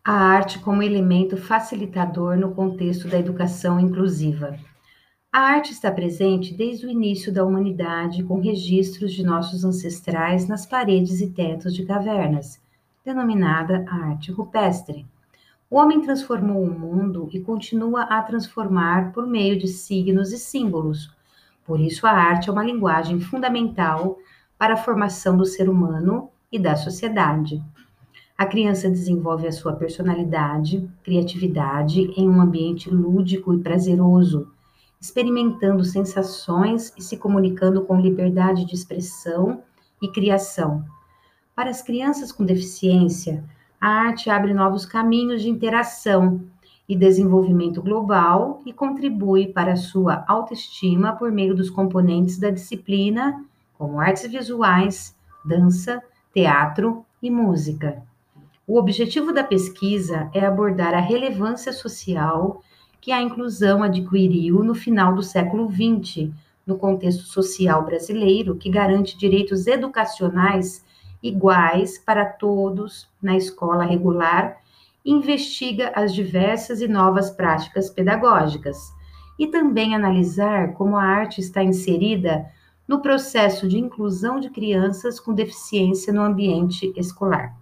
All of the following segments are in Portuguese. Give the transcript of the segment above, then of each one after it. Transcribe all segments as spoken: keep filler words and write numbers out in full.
A arte como elemento facilitador no contexto da educação inclusiva. A arte está presente desde o início da humanidade, com registros de nossos ancestrais nas paredes e tetos de cavernas, denominada arte rupestre. O homem transformou o mundo e continua a transformar por meio de signos e símbolos. Por isso, a arte é uma linguagem fundamental para a formação do ser humano e da sociedade. A criança desenvolve a sua personalidade, criatividade em um ambiente lúdico e prazeroso, experimentando sensações e se comunicando com liberdade de expressão e criação. Para as crianças com deficiência, a arte abre novos caminhos de interação e desenvolvimento global e contribui para a sua autoestima por meio dos componentes da disciplina, como artes visuais, dança, teatro e música. O objetivo da pesquisa é abordar a relevância social que a inclusão adquiriu no final do século vinte, no contexto social brasileiro, que garante direitos educacionais iguais para todos na escola regular e investiga as diversas e novas práticas pedagógicas, e também analisar como a arte está inserida no processo de inclusão de crianças com deficiência no ambiente escolar.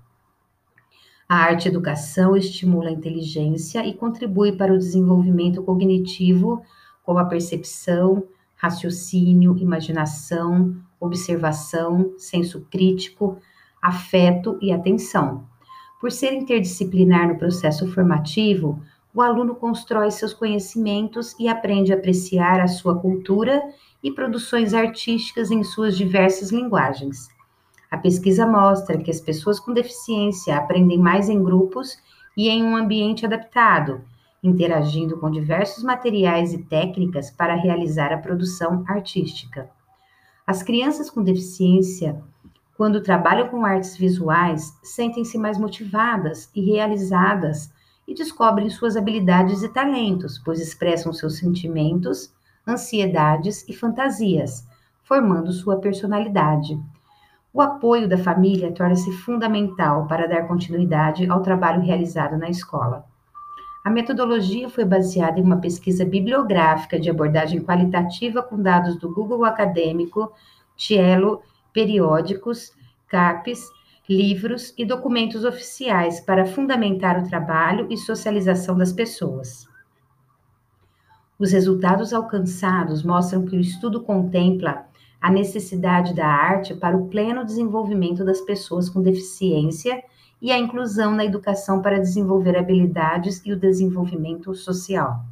A arte-educação estimula a inteligência e contribui para o desenvolvimento cognitivo, como a percepção, raciocínio, imaginação, observação, senso crítico, afeto e atenção. Por ser interdisciplinar no processo formativo, o aluno constrói seus conhecimentos e aprende a apreciar a sua cultura e produções artísticas em suas diversas linguagens. A pesquisa mostra que as pessoas com deficiência aprendem mais em grupos e em um ambiente adaptado, interagindo com diversos materiais e técnicas para realizar a produção artística. As crianças com deficiência, quando trabalham com artes visuais, sentem-se mais motivadas e realizadas e descobrem suas habilidades e talentos, pois expressam seus sentimentos, ansiedades e fantasias, formando sua personalidade. O apoio da família torna-se fundamental para dar continuidade ao trabalho realizado na escola. A metodologia foi baseada em uma pesquisa bibliográfica de abordagem qualitativa com dados do Google Acadêmico, Cielo, periódicos, CAPES, livros e documentos oficiais para fundamentar o trabalho e socialização das pessoas. Os resultados alcançados mostram que o estudo contempla a necessidade da arte para o pleno desenvolvimento das pessoas com deficiência e a inclusão na educação para desenvolver habilidades e o desenvolvimento social.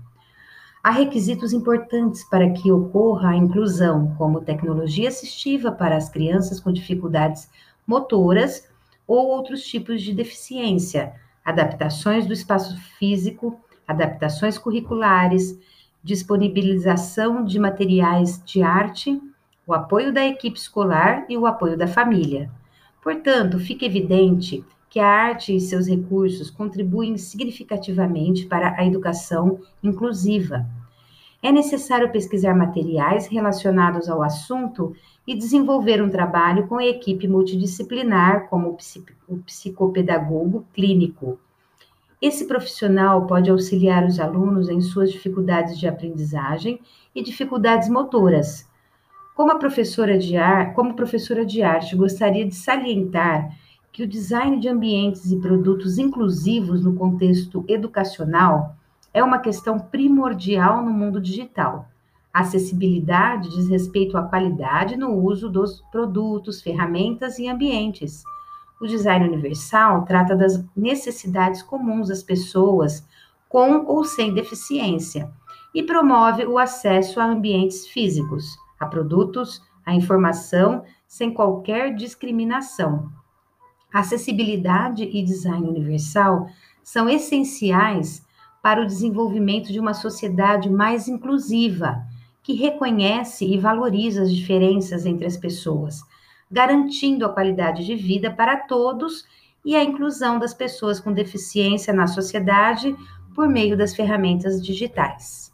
Há requisitos importantes para que ocorra a inclusão, como tecnologia assistiva para as crianças com dificuldades motoras ou outros tipos de deficiência, adaptações do espaço físico, adaptações curriculares, disponibilização de materiais de arte, o apoio da equipe escolar e o apoio da família. Portanto, fica evidente que a arte e seus recursos contribuem significativamente para a educação inclusiva. É necessário pesquisar materiais relacionados ao assunto e desenvolver um trabalho com a equipe multidisciplinar, como o psicopedagogo clínico. Esse profissional pode auxiliar os alunos em suas dificuldades de aprendizagem e dificuldades motoras. Como a professora de ar, como professora de arte, gostaria de salientar que o design de ambientes e produtos inclusivos no contexto educacional é uma questão primordial no mundo digital. A acessibilidade diz respeito à qualidade no uso dos produtos, ferramentas e ambientes. O design universal trata das necessidades comuns das pessoas com ou sem deficiência e promove o acesso a ambientes físicos, a produtos, a informação, sem qualquer discriminação. Acessibilidade e design universal são essenciais para o desenvolvimento de uma sociedade mais inclusiva, que reconhece e valoriza as diferenças entre as pessoas, garantindo a qualidade de vida para todos e a inclusão das pessoas com deficiência na sociedade por meio das ferramentas digitais.